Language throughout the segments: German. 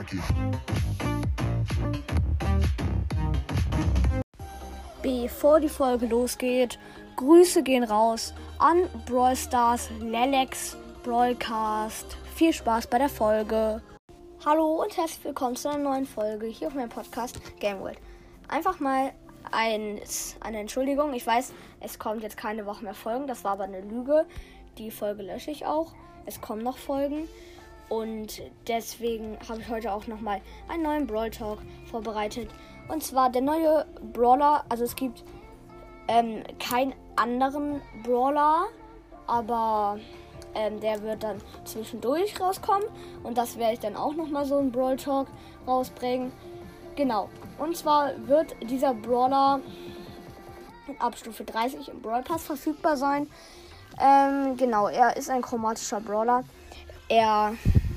Bevor die Folge losgeht, Grüße gehen raus an Brawl Stars, Lelex, Brawlcast. Viel Spaß bei der Folge. Hallo und herzlich willkommen zu einer neuen Folge hier auf meinem Podcast Game World. Einfach mal eine Entschuldigung. Ich weiß, es kommt jetzt keine Woche mehr Folgen. Das war aber eine Lüge. Die Folge lösche ich auch. Es kommen noch Folgen. Und deswegen habe ich heute auch nochmal einen neuen Brawl Talk vorbereitet. Und zwar der neue Brawler. Also es gibt keinen anderen Brawler. Aber der wird dann zwischendurch rauskommen. Und das werde ich dann auch nochmal so einen Brawl Talk rausbringen. Genau. Und zwar wird dieser Brawler ab Stufe 30 im Brawl Pass verfügbar sein. Genau, er ist ein chromatischer Brawler. Er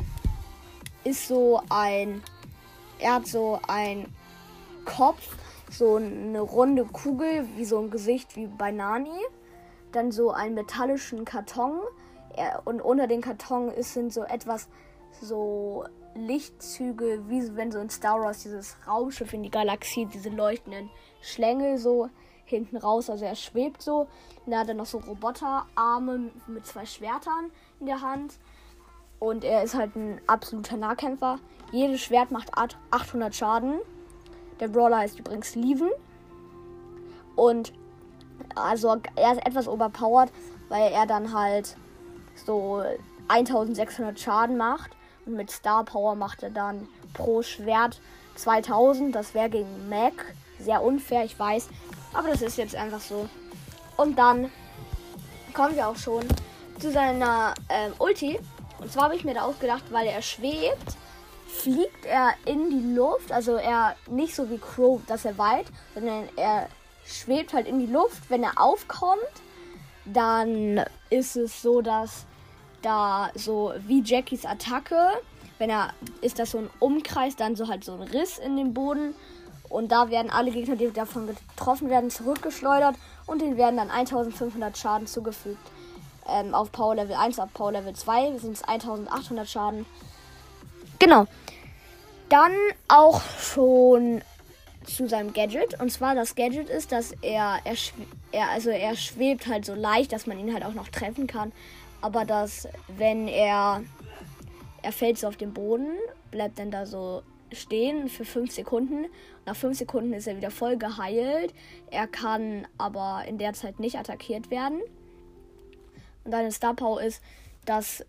hat so einen Kopf, so eine runde Kugel, wie so ein Gesicht wie bei Nani. Dann so einen metallischen Karton. Und unter den Karton sind so etwas so Lichtzüge, wie wenn so in Star Wars dieses Raumschiff in die Galaxie, diese leuchtenden Schlängel so hinten raus, also er schwebt so. Und da hat er noch so Roboterarme mit 2 Schwertern in der Hand. Und er ist halt ein absoluter Nahkämpfer. Jedes Schwert macht 800 Schaden. Der Brawler heißt übrigens Leven. Und also er ist etwas overpowered, weil er dann halt so 1600 Schaden macht. Und mit Star Power macht er dann pro Schwert 2000. Das wäre gegen Mac. Sehr unfair, ich weiß. Aber das ist jetzt einfach so. Und dann kommen wir auch schon zu seiner Ulti. Und zwar habe ich mir da ausgedacht, weil er schwebt, fliegt er in die Luft. Also er nicht so wie Crow, dass er weit, sondern er schwebt halt in die Luft. Wenn er aufkommt, dann ist es so, dass da so wie Jackies Attacke, ist das so ein Umkreis, dann so halt so ein Riss in dem Boden. Und da werden alle Gegner, die davon getroffen werden, zurückgeschleudert. Und denen werden dann 1500 Schaden zugefügt. Auf Power Level 1, auf Power Level 2 sind es 1800 Schaden. Genau. Dann auch schon zu seinem Gadget. Und zwar das Gadget ist, dass er schwebt halt so leicht, dass man ihn halt auch noch treffen kann. Aber dass, wenn er fällt so auf den Boden, bleibt dann da so stehen für 5 Sekunden. Nach 5 Sekunden ist er wieder voll geheilt. Er kann aber in der Zeit nicht attackiert werden. Und seine Star Power ist, dass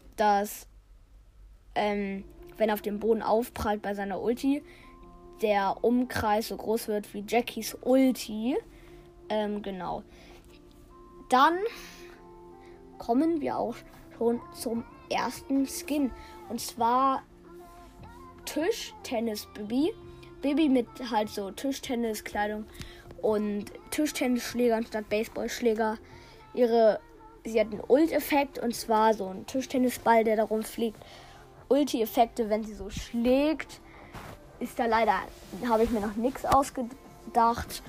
wenn er auf dem Boden aufprallt bei seiner Ulti, der Umkreis so groß wird wie Jackies Ulti. Genau. Dann kommen wir auch schon zum ersten Skin. Und zwar Tischtennis-Bibi. Bibi mit halt so Tischtenniskleidung und Tischtennisschlägern statt Baseballschläger. Sie hat einen Ult-Effekt, und zwar so ein Tischtennisball, der da rumfliegt. Ulti-Effekte, wenn sie so schlägt, ist da leider, habe ich mir noch nichts ausgedacht.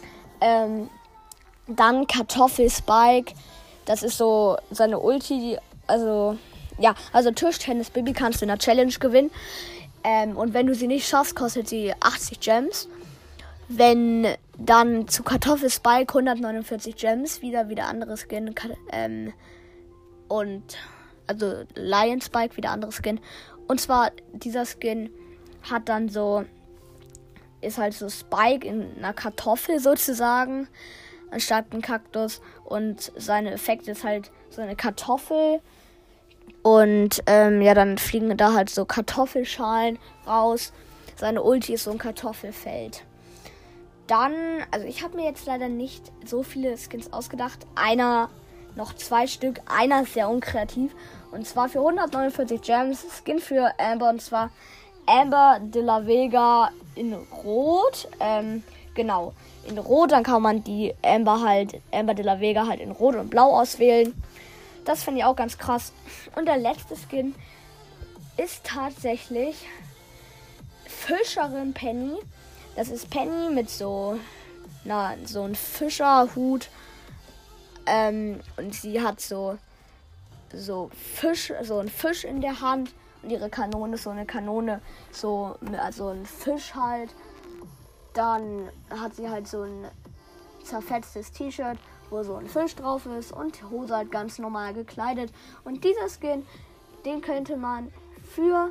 Dann Kartoffelspike, das ist so seine Ulti, also Tischtennis-Bibi kannst du in der Challenge gewinnen. Und wenn du sie nicht schaffst, kostet sie 80 Gems. Wenn dann zu Kartoffelspike 149 Gems, wieder andere Skin. Und also Lion Spike, wieder andere Skin. Und zwar dieser Skin hat dann ist halt so Spike in einer Kartoffel sozusagen, anstatt ein Kaktus. Und seine Effekt ist halt so eine Kartoffel. Und dann fliegen da halt so Kartoffelschalen raus. Seine Ulti ist so ein Kartoffelfeld. Dann, also ich habe mir jetzt leider nicht so viele Skins ausgedacht. Noch 2 Stück. Einer ist sehr unkreativ. Und zwar für 149 Gems. Skin für Amber. Und zwar Amber de la Vega in Rot. Genau. In Rot. Dann kann man die Amber de la Vega halt in Rot und Blau auswählen. Das finde ich auch ganz krass. Und der letzte Skin ist tatsächlich Fischerin Penny. Das ist Penny mit so einem Fischerhut. Und sie hat so einen Fisch in der Hand. Und ihre Kanone ist so eine Kanone, also ein Fisch halt. Dann hat sie halt so ein zerfetztes T-Shirt, wo so ein Fisch drauf ist und die Hose halt ganz normal gekleidet. Und dieser Skin, den könnte man für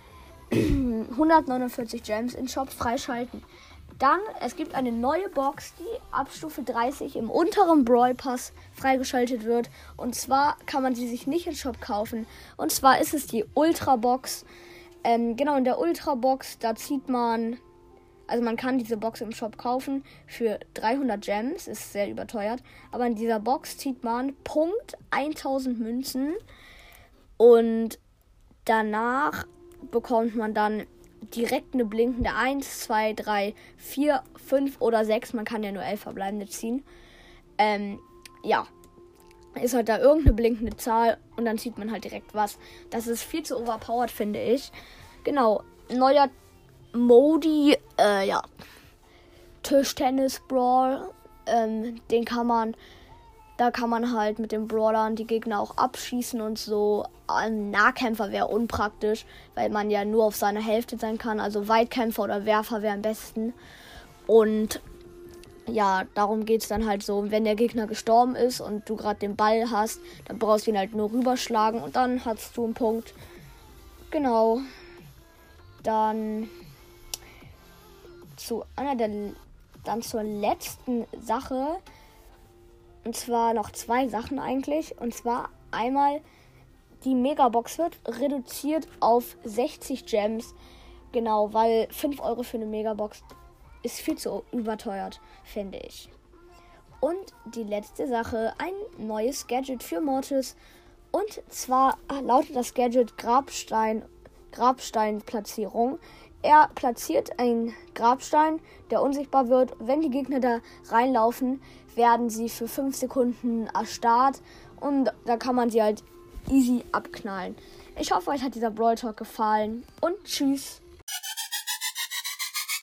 149 Gems in Shop freischalten. Dann, es gibt eine neue Box, die ab Stufe 30 im unteren Brawl Pass freigeschaltet wird. Und zwar kann man sie sich nicht im Shop kaufen. Und zwar ist es die Ultra Box. Genau, in der Ultra Box, da zieht man... Also man kann diese Box im Shop kaufen für 300 Gems, ist sehr überteuert. Aber in dieser Box zieht man Punkt 1000 Münzen. Und danach bekommt man dann direkt eine blinkende 1, 2, 3, 4, 5 oder 6. Man kann ja nur 11 verbleibende ziehen. Ja. Ist halt da irgendeine blinkende Zahl und dann zieht man halt direkt was. Das ist viel zu overpowered, finde ich. Genau. Neuer Modi, Tischtennis-Brawl, da kann man halt mit den Brawlern die Gegner auch abschießen und so. Ein Nahkämpfer wäre unpraktisch, weil man ja nur auf seiner Hälfte sein kann. Also Weitkämpfer oder Werfer wäre am besten. Und ja, darum geht es dann halt so, wenn der Gegner gestorben ist und du gerade den Ball hast, dann brauchst du ihn halt nur rüberschlagen und dann hast du einen Punkt. Genau. Dann zur letzten Sache. Und zwar noch 2 Sachen eigentlich. Und zwar einmal, die Megabox wird reduziert auf 60 Gems. Genau, weil 5 Euro für eine Megabox ist viel zu überteuert, finde ich. Und die letzte Sache, ein neues Gadget für Mortis. Und zwar lautet das Gadget Grabsteinplatzierung. Er platziert einen Grabstein, der unsichtbar wird. Wenn die Gegner da reinlaufen, werden sie für 5 Sekunden erstarrt. Und da kann man sie halt easy abknallen. Ich hoffe, euch hat dieser Brawl Talk gefallen. Und tschüss.